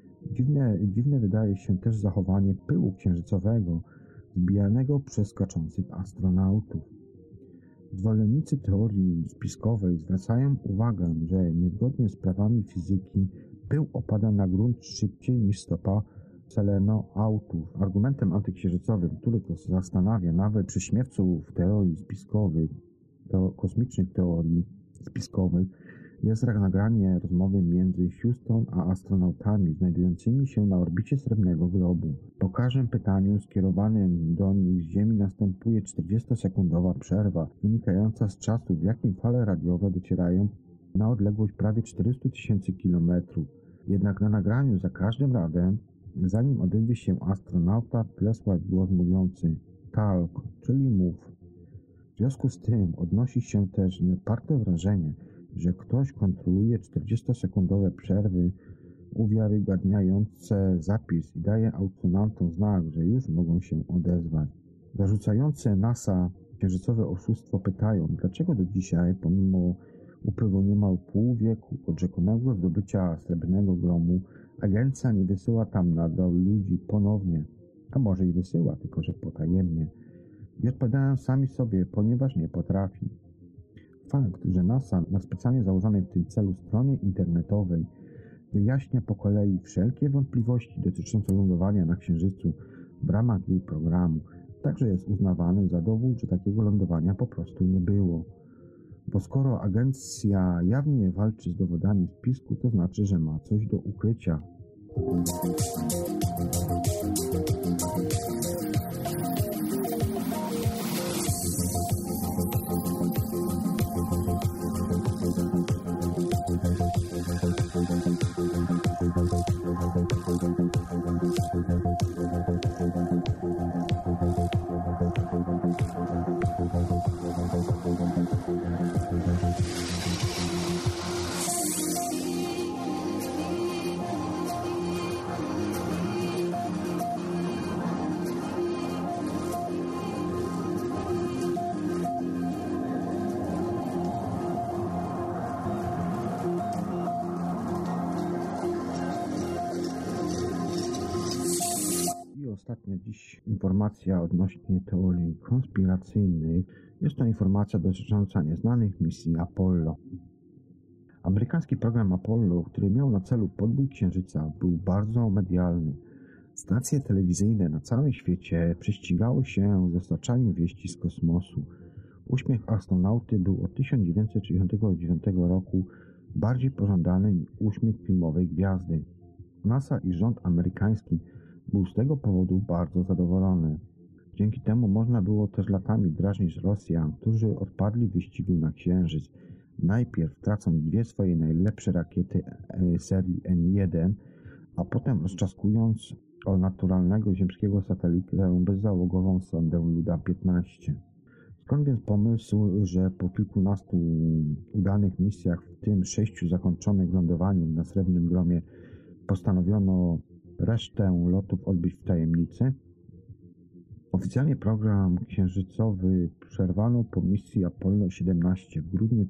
Dziwne wydaje się też zachowanie pyłu księżycowego, zbijanego przez skaczących astronautów. Zwolennicy teorii spiskowej zwracają uwagę, że niezgodnie z prawami fizyki pył opada na grunt szybciej niż stopa selenoautów. Argumentem antyksiężycowym, który to zastanawia nawet prześmiewców teorii spiskowych, kosmicznych teorii spiskowych, jest nagranie rozmowy między Houston a astronautami znajdującymi się na orbicie Srebrnego Globu. Po każdym pytaniu skierowanym do nich z Ziemi następuje 40-sekundowa przerwa, wynikająca z czasu, w jakim fale radiowe docierają na odległość prawie 400 000 kilometrów. Jednak na nagraniu za każdym razem, zanim odezwie się astronauta, tle słychać głos mówiący talk, czyli mów. W związku z tym odnosi się też nieodparte wrażenie, że ktoś kontroluje 40-sekundowe przerwy uwiarygadniające zapis i daje astronautom znak, że już mogą się odezwać. Zarzucające NASA księżycowe oszustwo pytają, dlaczego do dzisiaj, pomimo upływu niemal pół wieku od rzekomego zdobycia Srebrnego Globu, agencja nie wysyła tam nadal ludzi ponownie, a może i wysyła, tylko że potajemnie. I odpowiadają sami sobie, ponieważ nie potrafi. Fakt, że NASA na specjalnie założonej w tym celu stronie internetowej wyjaśnia po kolei wszelkie wątpliwości dotyczące lądowania na Księżycu w ramach jej programu, także jest uznawany za dowód, że takiego lądowania po prostu nie było. Bo skoro agencja jawnie walczy z dowodami spisku, to znaczy, że ma coś do ukrycia. Ostatnia dziś informacja odnośnie teorii konspiracyjnych. Jest to informacja dotycząca nieznanych misji Apollo. Amerykański program Apollo, który miał na celu podbój Księżyca, był bardzo medialny. Stacje telewizyjne na całym świecie prześcigały się w dostarczaniu wieści z kosmosu. Uśmiech astronauty był od 1969 roku bardziej pożądany niż uśmiech filmowej gwiazdy. NASA i rząd amerykański był z tego powodu bardzo zadowolony. Dzięki temu można było też latami drażnić Rosjan, którzy odpadli wyścigu na Księżyc. Najpierw tracąc dwie swoje najlepsze rakiety serii N-1, a potem rozczaskując o naturalnego ziemskiego satelitę bezzałogową sondę Luda-15. Skąd więc pomysł, że po kilkunastu udanych misjach, w tym 6 zakończonych lądowaniem na Srebrnym Globie, postanowiono resztę lotów odbyć w tajemnicy? Oficjalnie program księżycowy przerwano po misji Apollo 17 w grudniu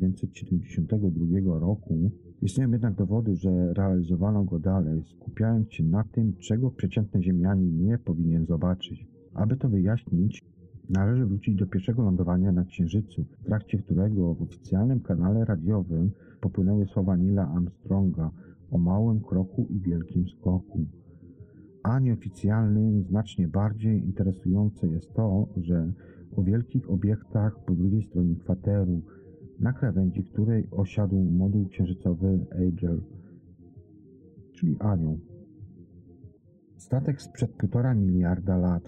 1972 roku. Istnieją jednak dowody, że realizowano go dalej, skupiając się na tym, czego przeciętny ziemianin nie powinien zobaczyć. Aby to wyjaśnić, należy wrócić do pierwszego lądowania na Księżycu, w trakcie którego w oficjalnym kanale radiowym popłynęły słowa Neila Armstronga o małym kroku i wielkim skoku. A nieoficjalnym, znacznie bardziej interesujące jest to, że o wielkich obiektach po drugiej stronie kwateru, na krawędzi której osiadł moduł księżycowy Eagle, czyli Anioł. Statek sprzed 1,5 miliarda lat.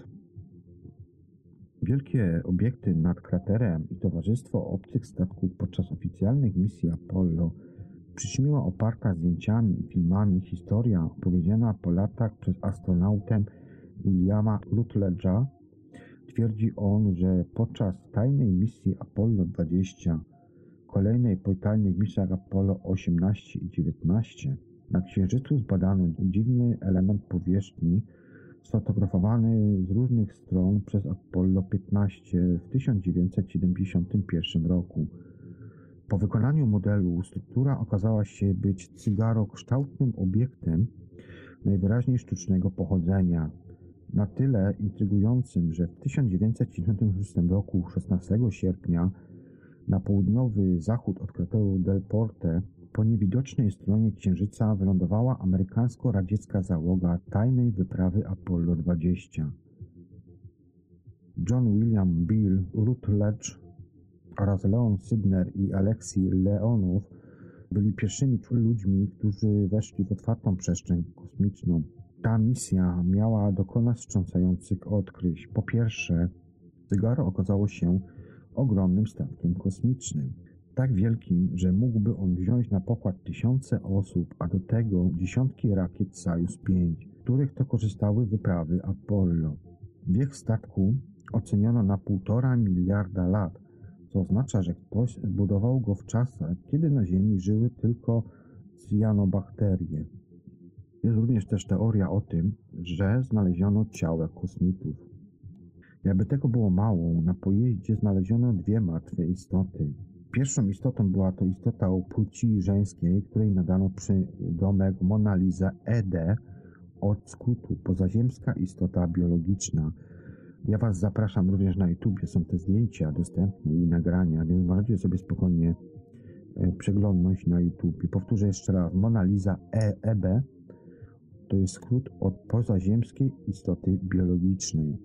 Wielkie obiekty nad kraterem i towarzystwo obcych statków podczas oficjalnych misji Apollo przyćmiła oparta zdjęciami i filmami historia opowiedziana po latach przez astronautę Williama Rutledge'a Twierdzi on, że podczas tajnej misji Apollo 20, kolejnej po tajnych misjach Apollo 18 i 19, na Księżycu zbadano dziwny element powierzchni sfotografowany z różnych stron przez Apollo 15 w 1971 roku. Po wykonaniu modelu struktura okazała się być cygarokształtnym obiektem najwyraźniej sztucznego pochodzenia. Na tyle intrygującym, że w 1976 roku 16 sierpnia na południowy zachód od krateru Del Porte po niewidocznej stronie Księżyca wylądowała amerykańsko-radziecka załoga tajnej wyprawy Apollo 20. John William Bill Rutledge oraz Leon Sydner i Aleksij Leonow byli pierwszymi ludźmi, którzy weszli w otwartą przestrzeń kosmiczną. Ta misja miała dokonać wstrząsających odkryć. Po pierwsze, cygaro okazało się ogromnym statkiem kosmicznym. Tak wielkim, że mógłby on wziąć na pokład tysiące osób, a do tego dziesiątki rakiet Sojus 5, których to korzystały wyprawy Apollo. Wiek statku oceniono na 1,5 miliarda lat, co oznacza, że ktoś zbudował go w czasach, kiedy na Ziemi żyły tylko cyanobakterie. Jest również też teoria o tym, że znaleziono ciała kosmitów. Jakby tego było mało, na pojeździe znaleziono 2 martwe istoty. Pierwszą istotą była to istota o płci żeńskiej, której nadano przydomek Mona Lisa ED od skrótu pozaziemska istota biologiczna. Ja Was zapraszam również na YouTubie, są te zdjęcia dostępne i nagrania, więc możecie sobie spokojnie przeglądnąć na YouTubie. Powtórzę jeszcze raz, Mona Lisa EB to jest skrót od pozaziemskiej istoty biologicznej.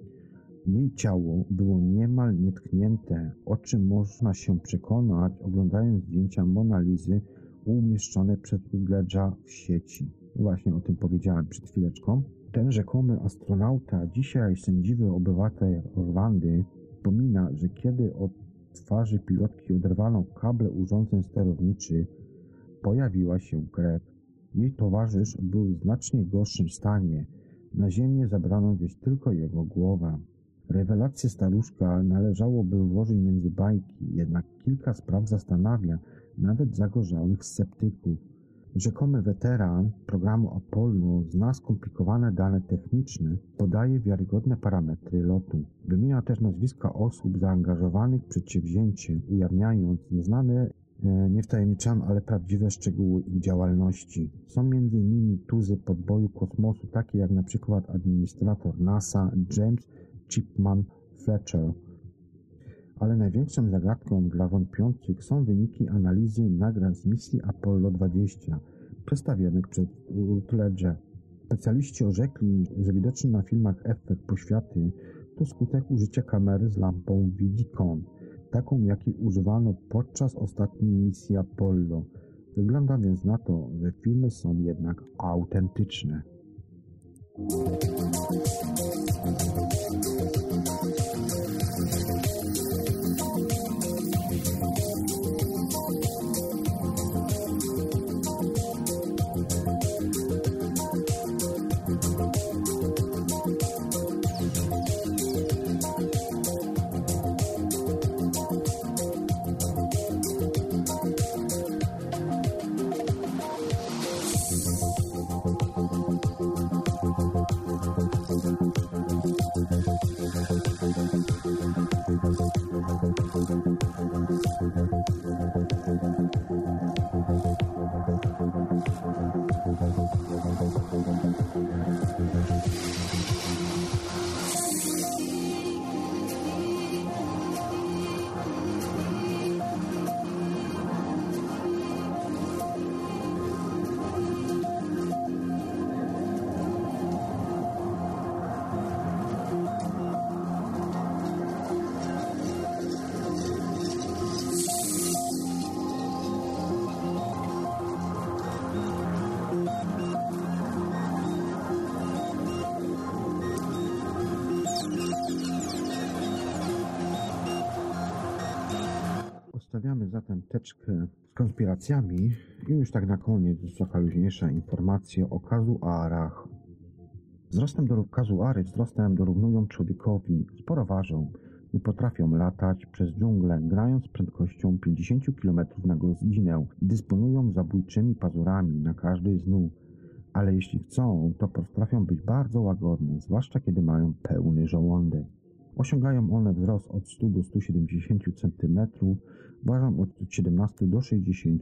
Jej ciało było niemal nietknięte, o czym można się przekonać, oglądając zdjęcia Mona Lisy umieszczone przez Rutledge'a w sieci. Właśnie o tym powiedziałem przed chwileczką. Ten rzekomy astronauta, dzisiaj sędziwy obywatel Rwandy, wspomina, że kiedy od twarzy pilotki oderwano kable urządzeń sterowniczych, pojawiła się krew. Jej towarzysz był w znacznie gorszym stanie. Na ziemię zabrano wieść tylko jego głowę. Rewelację staruszka należałoby włożyć między bajki, jednak kilka spraw zastanawia nawet zagorzałych sceptyków. Rzekomy weteran programu Apollo zna skomplikowane dane techniczne, podaje wiarygodne parametry lotu. Wymienia też nazwiska osób zaangażowanych w przedsięwzięcie, ujawniając nieznane, niewtajemniczane, ale prawdziwe szczegóły ich działalności. Są m.in. tuzy podboju kosmosu, takie jak na przykład administrator NASA James Chipman Fletcher. Ale największą zagadką dla wątpiących są wyniki analizy nagrań z misji Apollo 20 przedstawionych przez Rutledge'a. Specjaliści orzekli, że widoczny na filmach efekt poświaty to skutek użycia kamery z lampą Vidicon, taką jakiej używano podczas ostatniej misji Apollo. Wygląda więc na to, że filmy są jednak autentyczne. Zostawiamy zatem teczkę z konspiracjami i już tak na koniec taka luźniejsza informacja o Kazuarach. Wzrostem dorównują człowiekowi, sporo ważą i potrafią latać przez dżunglę, grając z prędkością 50 km na godzinę. Dysponują zabójczymi pazurami na każdej z nóg, ale jeśli chcą, to potrafią być bardzo łagodne, zwłaszcza kiedy mają pełny żołądek. Osiągają one wzrost od 100 do 170 cm, ważą od 17 do 60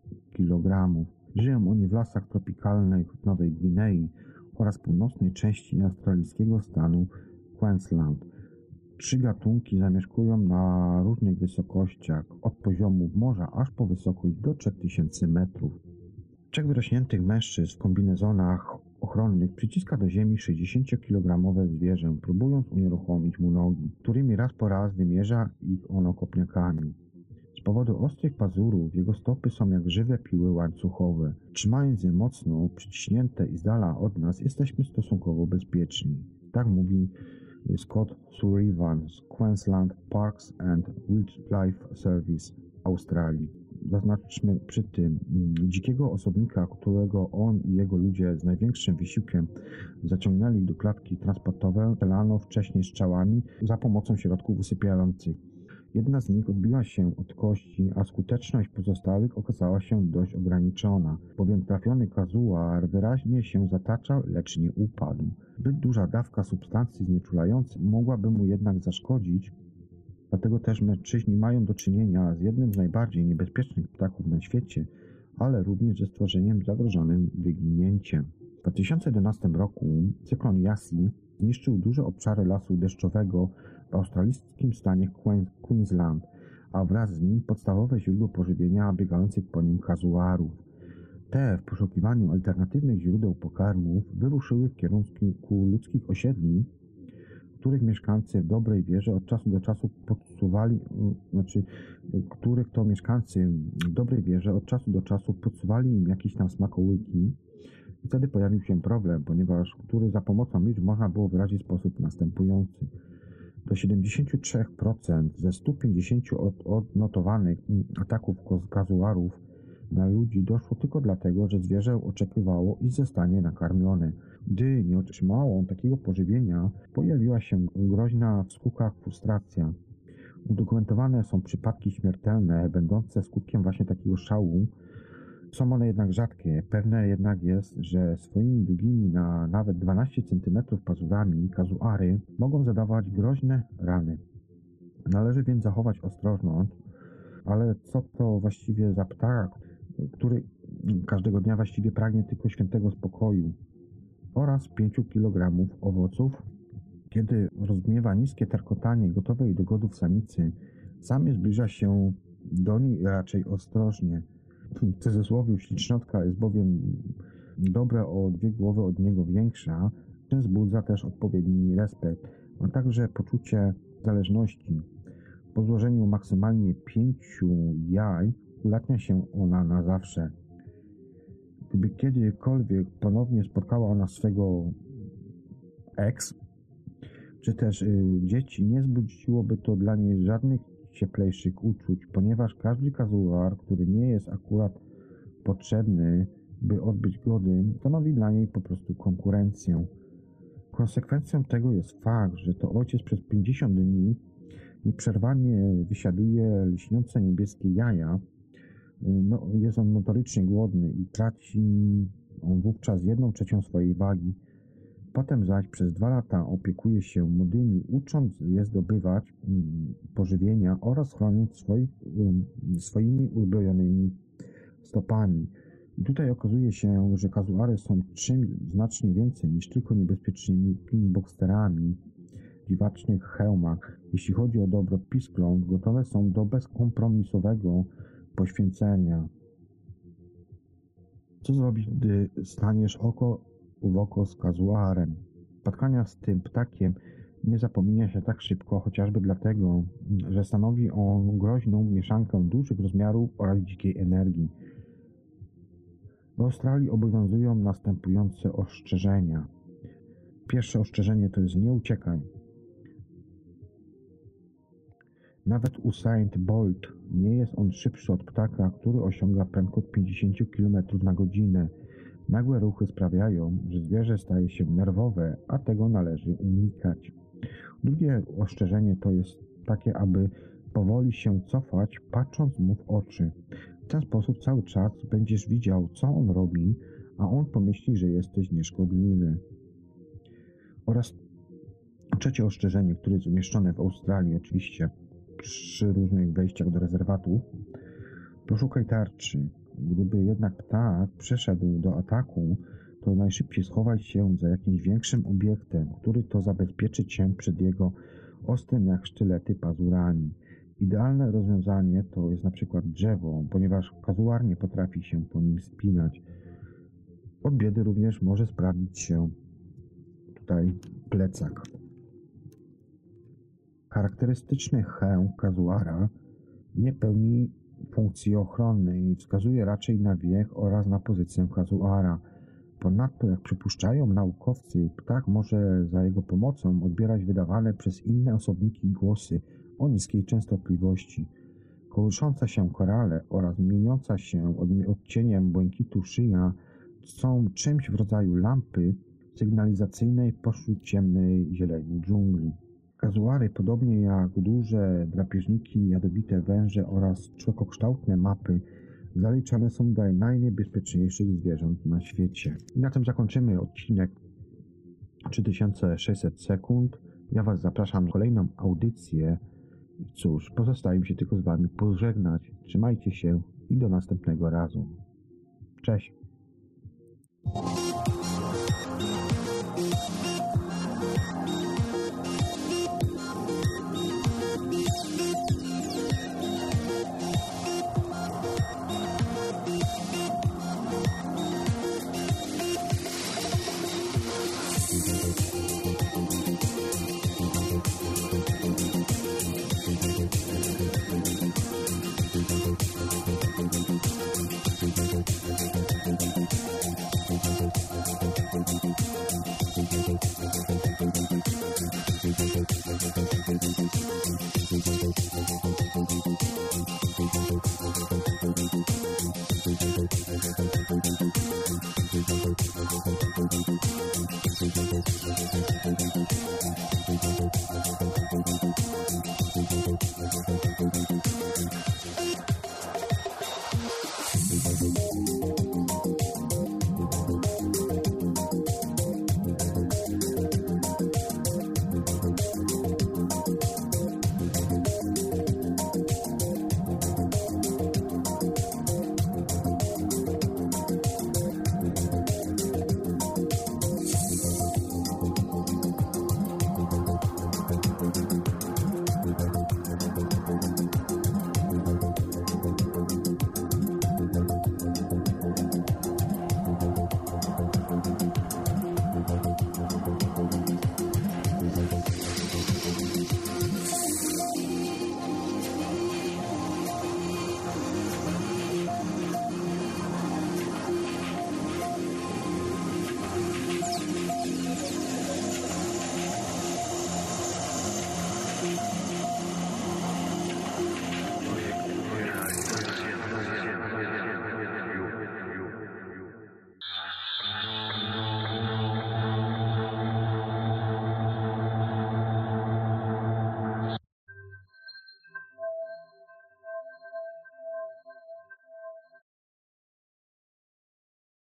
kg. Żyją oni w lasach tropikalnych Nowej Gwinei oraz północnej części australijskiego stanu Queensland. 3 gatunki zamieszkują na różnych wysokościach, od poziomu morza aż po wysokość do 3000 metrów. 3 wyrośniętych mężczyzn w kombinezonach ochronnych przyciska do ziemi 60-kilogramowe zwierzę, próbując unieruchomić mu nogi, którymi raz po raz wymierza ich ono kopniakami. Z powodu ostrych pazurów jego stopy są jak żywe piły łańcuchowe. Trzymając je mocno przyciśnięte i z dala od nas, jesteśmy stosunkowo bezpieczni. Tak mówi Scott Sullivan z Queensland Parks and Wildlife Service Australii. Zaznaczmy przy tym dzikiego osobnika, którego on i jego ludzie z największym wysiłkiem zaciągnęli do klatki transportowej, strzelano wcześniej strzałami za pomocą środków usypiających. Jedna z nich odbiła się od kości, a skuteczność pozostałych okazała się dość ograniczona, bowiem trafiony kazuar wyraźnie się zataczał, lecz nie upadł. Zbyt duża dawka substancji znieczulającej mogłaby mu jednak zaszkodzić, dlatego też mężczyźni mają do czynienia z jednym z najbardziej niebezpiecznych ptaków na świecie, ale również ze stworzeniem zagrożonym wyginięciem. W 2011 roku cyklon Yasi zniszczył duże obszary lasu deszczowego w australijskim stanie Queensland, a wraz z nim podstawowe źródło pożywienia biegających po nim kazuarów. Te w poszukiwaniu alternatywnych źródeł pokarmów wyruszyły w kierunku ludzkich osiedli, których mieszkańcy w dobrej wierze od czasu do czasu podsuwali im jakieś tam smakołyki. I wtedy pojawił się problem, ponieważ za pomocą liczb można było wyrazić w sposób następujący. Do 73% ze 150 odnotowanych ataków kazuarów na ludzi doszło tylko dlatego, że zwierzę oczekiwało, iż zostanie nakarmione. Gdy nie otrzymało takiego pożywienia, pojawiła się groźna w skutkach frustracja. Udokumentowane są przypadki śmiertelne, będące skutkiem właśnie takiego szału. Są one jednak rzadkie. Pewne jednak jest, że swoimi długimi na nawet 12 cm pazurami kazuary mogą zadawać groźne rany. Należy więc zachować ostrożność, ale co to właściwie za ptak, który każdego dnia właściwie pragnie tylko świętego spokoju oraz 5 kg owoców. Kiedy rozgniewa niskie terkotanie gotowej do godów samicy, samiec zbliża się do niej raczej ostrożnie. W cudzysłowie ślicznotka jest bowiem dobre o 2 głowy od niego większa, czym wzbudza też odpowiedni respekt, a także poczucie zależności. Po złożeniu maksymalnie 5 jaj ulatnia się ona na zawsze. Gdyby kiedykolwiek ponownie spotkała ona swego ex, czy też dzieci, nie wzbudziłoby to dla niej żadnych cieplejszych uczuć, ponieważ każdy kazuar, który nie jest akurat potrzebny, by odbyć gody, stanowi dla niej po prostu konkurencję. Konsekwencją tego jest fakt, że to ojciec przez 50 dni nieprzerwanie wysiaduje lśniące niebieskie jaja. Jest on notorycznie głodny i traci on wówczas 1/3 swojej wagi. Potem zaś przez 2 lata opiekuje się młodymi, ucząc je zdobywać pożywienia oraz chroniąc swoimi uzbrojonymi stopami. I tutaj okazuje się, że kazuary są czymś znacznie więcej niż tylko niebezpiecznymi pinboxterami w dziwacznych hełmach. Jeśli chodzi o dobro piskląt, gotowe są do bezkompromisowego poświęcenia. Co zrobić, gdy staniesz oko w oko z kazuarem? Spotkania z tym ptakiem nie zapomina się tak szybko, chociażby dlatego, że stanowi on groźną mieszankę dużych rozmiarów oraz dzikiej energii. W Australii obowiązują następujące ostrzeżenia. Pierwsze ostrzeżenie to jest: nie uciekaj. Nawet Usain Bolt nie jest on szybszy od ptaka, który osiąga prędkość 50 km na godzinę. Nagłe ruchy sprawiają, że zwierzę staje się nerwowe, a tego należy unikać. Drugie ostrzeżenie to jest takie, aby powoli się cofać, patrząc mu w oczy. W ten sposób cały czas będziesz widział, co on robi, a on pomyśli, że jesteś nieszkodliwy. Oraz trzecie ostrzeżenie, które jest umieszczone w Australii oczywiście przy różnych wejściach do rezerwatów. Poszukaj tarczy. Gdyby jednak ptak przeszedł do ataku, to najszybciej schowaj się za jakimś większym obiektem, który to zabezpieczy cię przed jego ostrym jak sztylety pazurami. Idealne rozwiązanie to jest na przykład drzewo, ponieważ kazuar nie potrafi się po nim spinać. Od biedy również może sprawdzić się tutaj plecak. Charakterystyczny chełm kazuara nie pełni funkcji ochronnej i wskazuje raczej na wiek oraz na pozycję kazuara. Ponadto, jak przypuszczają naukowcy, ptak może za jego pomocą odbierać wydawane przez inne osobniki głosy o niskiej częstotliwości. Kołyszące się korale oraz mieniąca się odcieniem błękitu szyja są czymś w rodzaju lampy sygnalizacyjnej pośród ciemnej zieleni dżungli. Kazuary, podobnie jak duże drapieżniki, jadowite węże oraz członkokształtne mapy, zaliczane są do najniebezpieczniejszych zwierząt na świecie. I na tym zakończymy odcinek 3600 sekund. Ja Was zapraszam na kolejną audycję. I cóż, pozostaje mi się tylko z Wami pożegnać. Trzymajcie się i do następnego razu. Cześć!